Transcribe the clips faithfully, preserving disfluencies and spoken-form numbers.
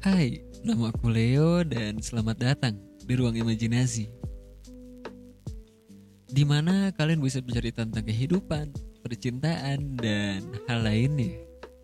Hai, nama aku Leo dan selamat datang di Ruang Imajinasi, di mana kalian bisa bercerita tentang kehidupan, percintaan, dan hal lainnya.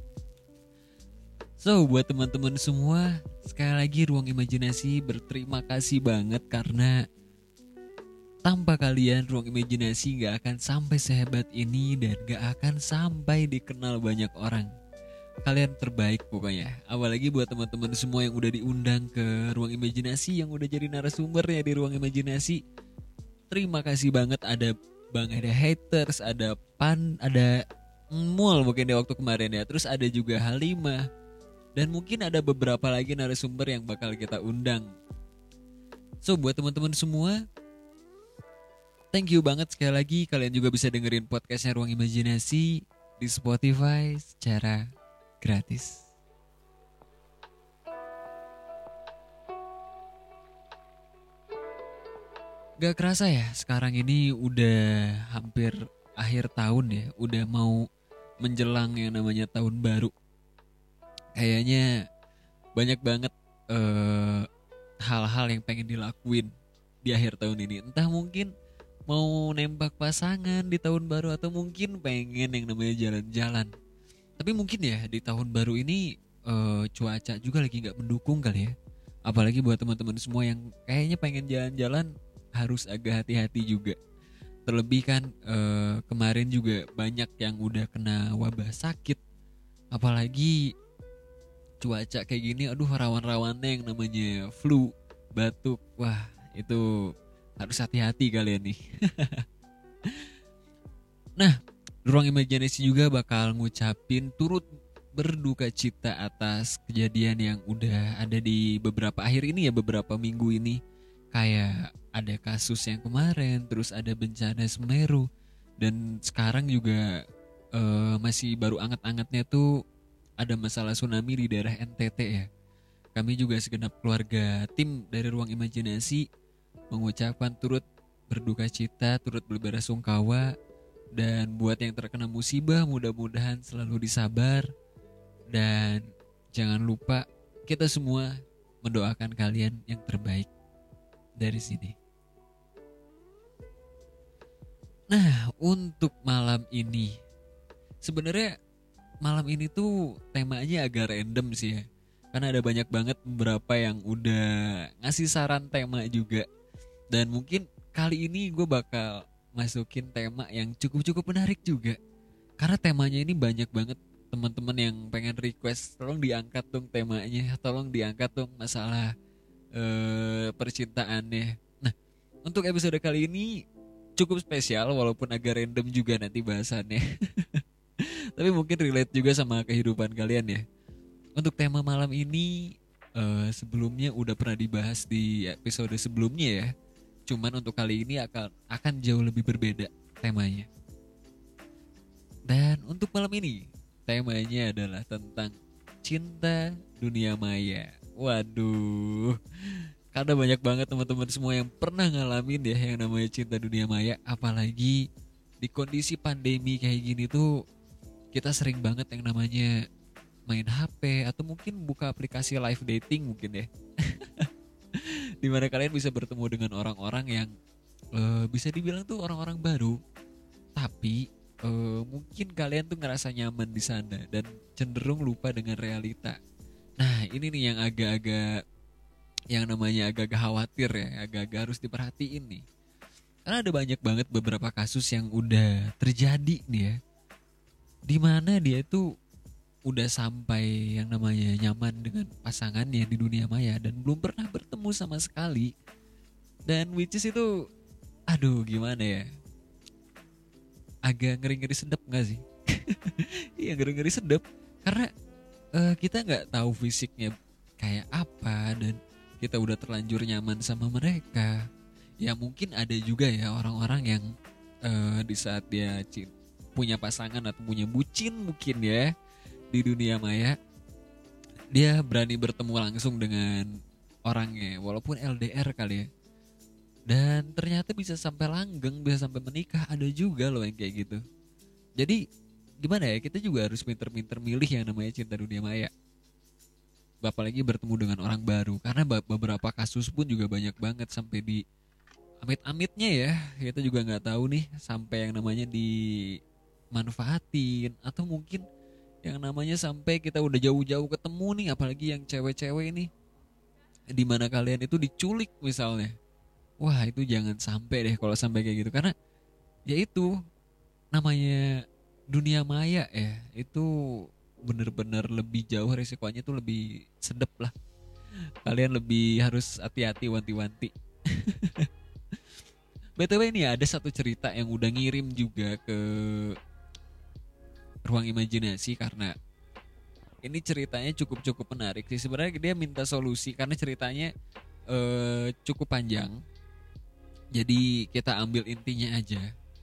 So, buat teman-teman semua, sekali lagi Ruang Imajinasi berterima kasih banget karena tanpa kalian Ruang Imajinasi gak akan sampai sehebat ini dan gak akan sampai dikenal banyak orang. Kalian terbaik pokoknya. Apalagi buat teman-teman semua yang udah diundang ke Ruang Imajinasi, yang udah jadi narasumbernya di Ruang Imajinasi. Terima kasih banget. Ada Bang, ada haters, ada Pan, ada Mul mungkin di waktu kemarin ya. Terus ada juga Halimah. Dan mungkin ada beberapa lagi narasumber yang bakal kita undang. So, buat teman-teman semua, thank you banget sekali lagi. Kalian juga bisa dengerin podcastnya Ruang Imajinasi di Spotify secara gratis. Gak kerasa ya, sekarang ini udah hampir akhir tahun ya. Udah mau menjelang yang namanya tahun baru. Kayaknya banyak banget uh, hal-hal yang pengen dilakuin di akhir tahun ini. Entah mungkin mau nembak pasangan di tahun baru, atau mungkin pengen yang namanya jalan-jalan. Tapi mungkin ya di tahun baru ini uh, cuaca juga lagi gak mendukung kali ya. Apalagi buat teman-teman semua yang kayaknya pengen jalan-jalan, harus agak hati-hati juga. Terlebih kan uh, kemarin juga banyak yang udah kena wabah sakit. Apalagi cuaca kayak gini, aduh rawan-rawannya yang namanya flu, batuk. Wah, itu harus hati-hati kalian nih. Nah, Ruang Imajinasi juga bakal ngucapin turut berduka cita atas kejadian yang udah ada di beberapa akhir ini ya, beberapa minggu ini. Kayak ada kasus yang kemarin, terus ada bencana Semeru, dan sekarang juga uh, masih baru anget-angetnya tuh ada masalah tsunami di daerah N T T ya. Kami juga segenap keluarga tim dari Ruang Imajinasi mengucapkan turut berduka cita, turut berbelasungkawa. Dan buat yang terkena musibah, mudah-mudahan selalu disabar. Dan jangan lupa kita semua mendoakan kalian yang terbaik dari sini. Nah, untuk malam ini, sebenarnya malam ini tuh temanya agak random sih ya. Karena ada banyak banget beberapa yang udah ngasih saran tema juga. Dan mungkin kali ini gue bakal masukin tema yang cukup-cukup menarik juga. Karena temanya ini banyak banget teman-teman yang pengen request, tolong diangkat dong temanya, tolong diangkat dong masalah uh, percintaannya. Nah, untuk episode kali ini cukup spesial walaupun agak random juga nanti bahasannya. Tapi mungkin relate juga sama kehidupan kalian ya. Untuk tema malam ini uh, sebelumnya udah pernah dibahas di episode sebelumnya ya. Cuman untuk kali ini akan akan jauh lebih berbeda temanya. Dan untuk malam ini temanya adalah tentang cinta dunia maya. Waduh, karena banyak banget teman-teman semua yang pernah ngalamin ya yang namanya cinta dunia maya. Apalagi di kondisi pandemi kayak gini tuh kita sering banget yang namanya main H P atau mungkin buka aplikasi live dating mungkin ya. Dimana kalian bisa bertemu dengan orang-orang yang uh, bisa dibilang tuh orang-orang baru, tapi uh, mungkin kalian tuh ngerasa nyaman di sana dan cenderung lupa dengan realita. Nah, ini nih yang agak-agak yang namanya agak-agak khawatir ya, agak-agak harus diperhatiin nih. Karena ada banyak banget beberapa kasus yang udah terjadi nih ya, dimana dia tuh udah sampai yang namanya nyaman dengan pasangannya di dunia maya dan belum pernah bertemu sama sekali. Dan which is itu, aduh gimana ya, agak ngeri-ngeri sedep gak sih? Iya, ngeri-ngeri sedep. Karena uh, kita gak tahu fisiknya kayak apa, dan kita udah terlanjur nyaman sama mereka. Ya mungkin ada juga ya orang-orang yang uh, di saat dia cinta, punya pasangan atau punya bucin mungkin ya di dunia maya, dia berani bertemu langsung dengan orangnya walaupun L D R kali ya. Dan ternyata bisa sampai langgeng, bisa sampai menikah. Ada juga loh yang kayak gitu. Jadi gimana ya, kita juga harus pinter-pinter milih yang namanya cinta dunia maya. apalagi bertemu dengan orang baru. Karena beberapa kasus pun juga banyak banget sampai di amit-amitnya ya, kita juga nggak tahu nih, sampai yang namanya dimanfaatin atau mungkin yang namanya sampai kita udah jauh-jauh ketemu nih, apalagi yang cewek-cewek ini, di mana kalian itu diculik misalnya. Wah, itu jangan sampai deh kalau sampai kayak gitu, karena ya itu namanya dunia maya ya, itu bener-bener lebih jauh resikonya tuh, lebih sedep lah. Kalian lebih harus hati-hati, wanti-wanti. B T W ini ada satu cerita yang udah ngirim juga ke ruang imajinasi, karena ini ceritanya cukup-cukup menarik sih. Sebenarnya dia minta solusi karena ceritanya eh, cukup panjang. Jadi kita ambil intinya aja.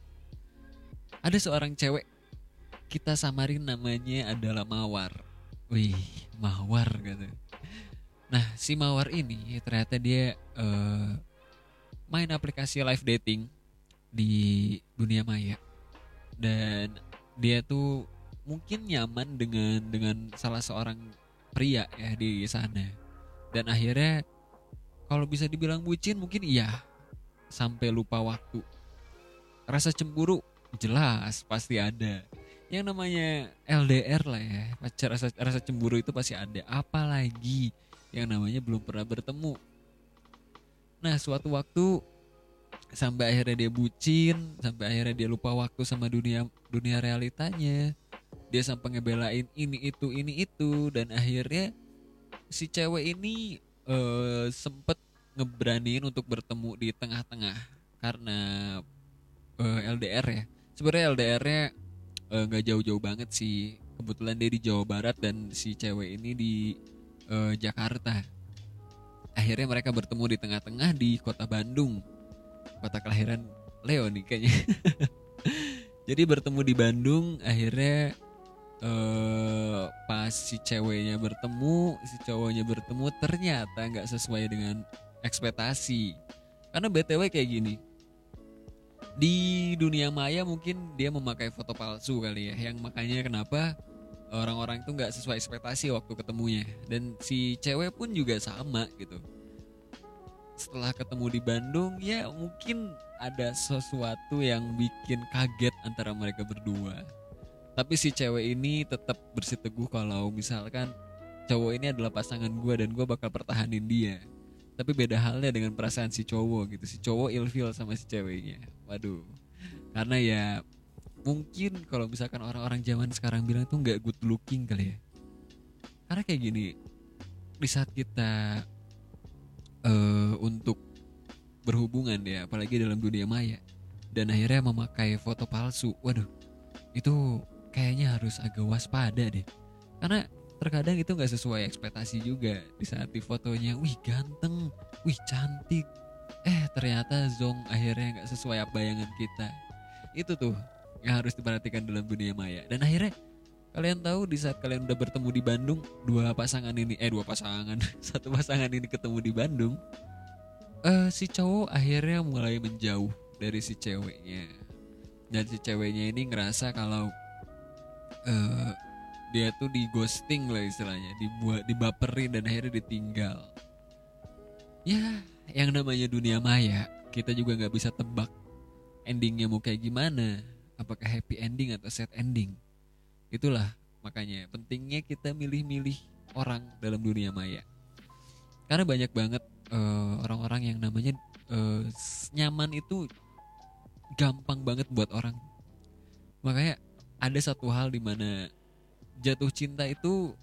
Ada seorang cewek, kita samarin namanya adalah Mawar. Wih, Mawar gitu. Nah, si Mawar ini ternyata dia eh, main aplikasi live dating di dunia maya, dan dia tuh mungkin nyaman dengan dengan salah seorang pria ya di sana, dan akhirnya kalau bisa dibilang bucin mungkin iya, sampai lupa waktu. Rasa cemburu jelas pasti ada, yang namanya L D R lah ya, rasa rasa cemburu itu pasti ada, apalagi yang namanya belum pernah bertemu. Nah, suatu waktu sampai akhirnya dia bucin, sampai akhirnya dia lupa waktu sama dunia dunia realitanya. Dia sampai ngebelain ini itu ini itu, dan akhirnya si cewek ini uh, sempet ngeberaniin untuk bertemu di tengah-tengah karena uh, L D R ya. Sebenarnya L D R-nya nggak uh, jauh-jauh banget sih. Kebetulan dia di Jawa Barat dan si cewek ini di uh, Jakarta. Akhirnya mereka bertemu di tengah-tengah di kota Bandung, kota kelahiran Leo nih kayaknya. Jadi bertemu di Bandung, akhirnya eh, pas si ceweknya bertemu, si cowoknya bertemu, ternyata nggak sesuai dengan ekspektasi. Karena B T W kayak gini, di dunia maya mungkin dia memakai foto palsu kali ya, yang makanya kenapa orang-orang itu nggak sesuai ekspektasi waktu ketemunya. Dan si cewek pun juga sama gitu. Setelah ketemu di Bandung, ya mungkin ada sesuatu yang bikin kaget antara mereka berdua. Tapi si cewek ini tetap bersiteguh kalau misalkan cowok ini adalah pasangan gue dan gue bakal pertahanin dia. Tapi beda halnya dengan perasaan si cowok gitu. Si cowok ilfeel sama si ceweknya. Waduh. Karena ya mungkin kalau misalkan orang-orang zaman sekarang bilang tuh nggak good looking kali ya. Karena kayak gini, di saat kita uh, untuk berhubungan ya, apalagi dalam dunia maya, dan akhirnya memakai foto palsu, waduh, itu kayaknya harus agak waspada deh. Karena terkadang itu nggak sesuai ekspektasi juga. Di saat di fotonya, wih ganteng, wih cantik, eh ternyata zong, akhirnya nggak sesuai bayangan kita. Itu tuh yang harus diperhatikan dalam dunia maya. Dan akhirnya kalian tahu, di saat kalian udah bertemu di Bandung, dua pasangan ini eh dua pasangan satu pasangan ini ketemu di Bandung, uh, si cowok akhirnya mulai menjauh dari si ceweknya, dan si ceweknya ini ngerasa kalau uh, dia tuh di ghosting lah istilahnya, dibuat dibaperin dan akhirnya ditinggal. Ya, yang namanya dunia maya, kita juga nggak bisa tebak endingnya mau kayak gimana. Apakah happy ending atau sad ending? Itulah makanya pentingnya kita milih-milih orang dalam dunia maya. Karena banyak banget uh, orang-orang yang namanya uh, nyaman itu gampang banget buat orang. Makanya ada satu hal di mana jatuh cinta itu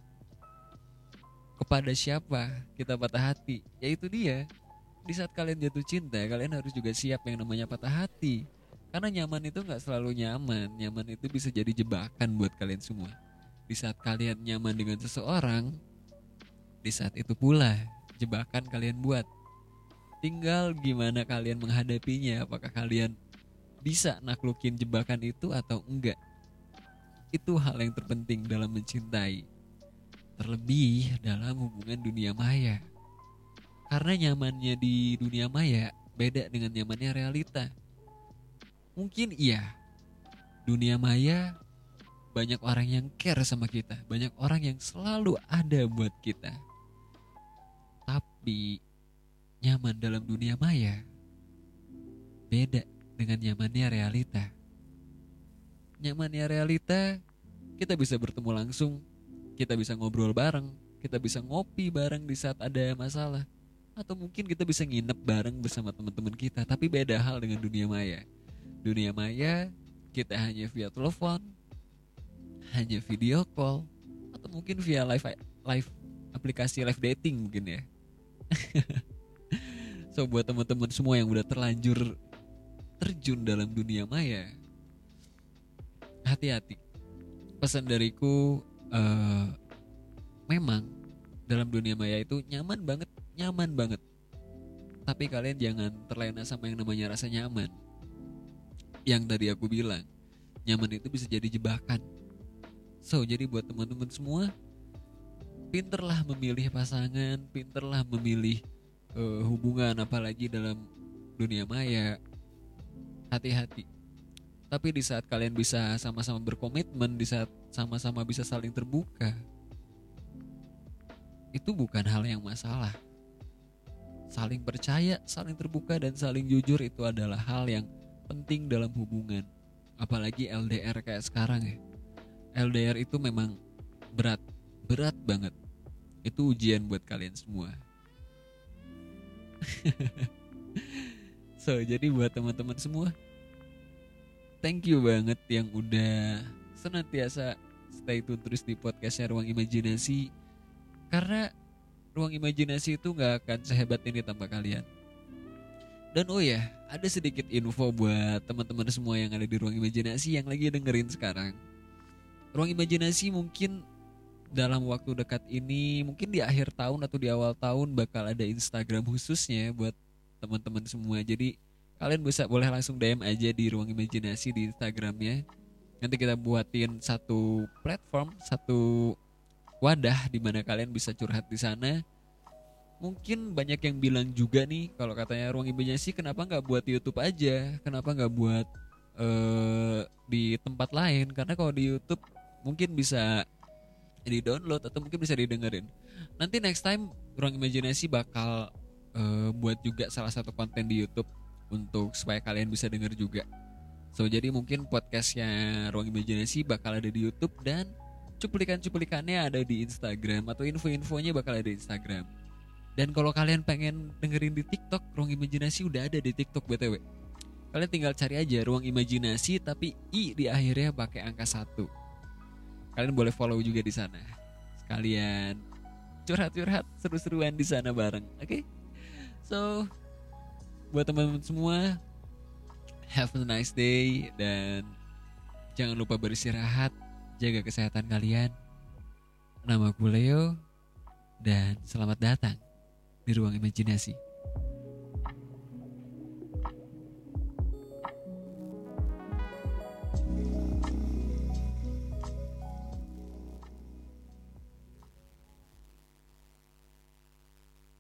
kepada siapa kita patah hati, yaitu dia. Di saat kalian jatuh cinta, kalian harus juga siap yang namanya patah hati. Karena nyaman itu gak selalu nyaman. Nyaman itu bisa jadi jebakan buat kalian semua. Di saat kalian nyaman dengan seseorang, di saat itu pula jebakan kalian buat. Tinggal gimana kalian menghadapinya. Apakah kalian bisa naklukin jebakan itu atau enggak. Itu hal yang terpenting dalam mencintai. Terlebih dalam hubungan dunia maya. Karena nyamannya di dunia maya beda dengan nyamannya realita. Mungkin iya, dunia maya banyak orang yang care sama kita, banyak orang yang selalu ada buat kita. Tapi nyaman dalam dunia maya beda dengan nyamannya realita. Nyamannya realita, kita bisa bertemu langsung, kita bisa ngobrol bareng, kita bisa ngopi bareng di saat ada masalah, atau mungkin kita bisa nginep bareng bersama teman-teman kita. Tapi beda hal dengan dunia maya. Dunia maya kita hanya via telepon, hanya video call, atau mungkin via live live aplikasi live dating mungkin ya. So buat teman-teman semua yang udah terlanjur terjun dalam dunia maya, hati-hati. Pesan dariku, uh, memang dalam dunia maya itu nyaman banget, nyaman banget. Tapi kalian jangan terlena sama yang namanya rasa nyaman. Yang tadi aku bilang, nyaman itu bisa jadi jebakan. So jadi buat teman-teman semua, pinterlah memilih pasangan, pinterlah memilih uh, hubungan, apalagi dalam dunia maya. Hati-hati. Tapi di saat kalian bisa sama-sama berkomitmen, di saat sama-sama bisa saling terbuka, itu bukan hal yang masalah. Saling percaya, saling terbuka, dan saling jujur itu adalah hal yang penting dalam hubungan. Apalagi L D R kayak sekarang ya. L D R itu memang berat, berat banget. Itu ujian buat kalian semua. So jadi buat teman-teman semua, thank you banget yang udah senantiasa stay tune terus di podcastnya Ruang Imajinasi. Karena Ruang Imajinasi itu gak akan sehebat ini tanpa kalian. Dan oh ya, ada sedikit info buat teman-teman semua yang ada di Ruang Imajinasi yang lagi dengerin sekarang. Ruang Imajinasi mungkin dalam waktu dekat ini, mungkin di akhir tahun atau di awal tahun bakal ada Instagram khususnya buat teman-teman semua. Jadi kalian bisa boleh langsung D M aja di Ruang Imajinasi di Instagramnya. Nanti kita buatin satu platform, satu wadah di mana kalian bisa curhat di sana. Mungkin banyak yang bilang juga nih, kalau katanya Ruang Imajinasi kenapa nggak buat YouTube aja, kenapa nggak buat uh, di tempat lain? Karena kalau di YouTube mungkin bisa di-download atau mungkin bisa didengerin. Nanti next time Ruang Imajinasi bakal uh, buat juga salah satu konten di YouTube untuk supaya kalian bisa denger juga. So jadi mungkin podcastnya Ruang Imajinasi bakal ada di YouTube dan cuplikan-cuplikannya ada di Instagram atau info-infonya bakal ada di Instagram. Dan kalau kalian pengen dengerin di TikTok, Ruang Imajinasi udah ada di TikTok B T W. Kalian tinggal cari aja Ruang Imajinasi tapi I di akhirnya pakai angka satu. Kalian boleh follow juga di sana. Sekalian curhat-curhat seru-seruan di sana bareng. Oke? Okay? So buat teman-teman semua, have a nice day dan jangan lupa beristirahat, jaga kesehatan kalian. Namaku Leo dan selamat datang di Ruang Imajinasi.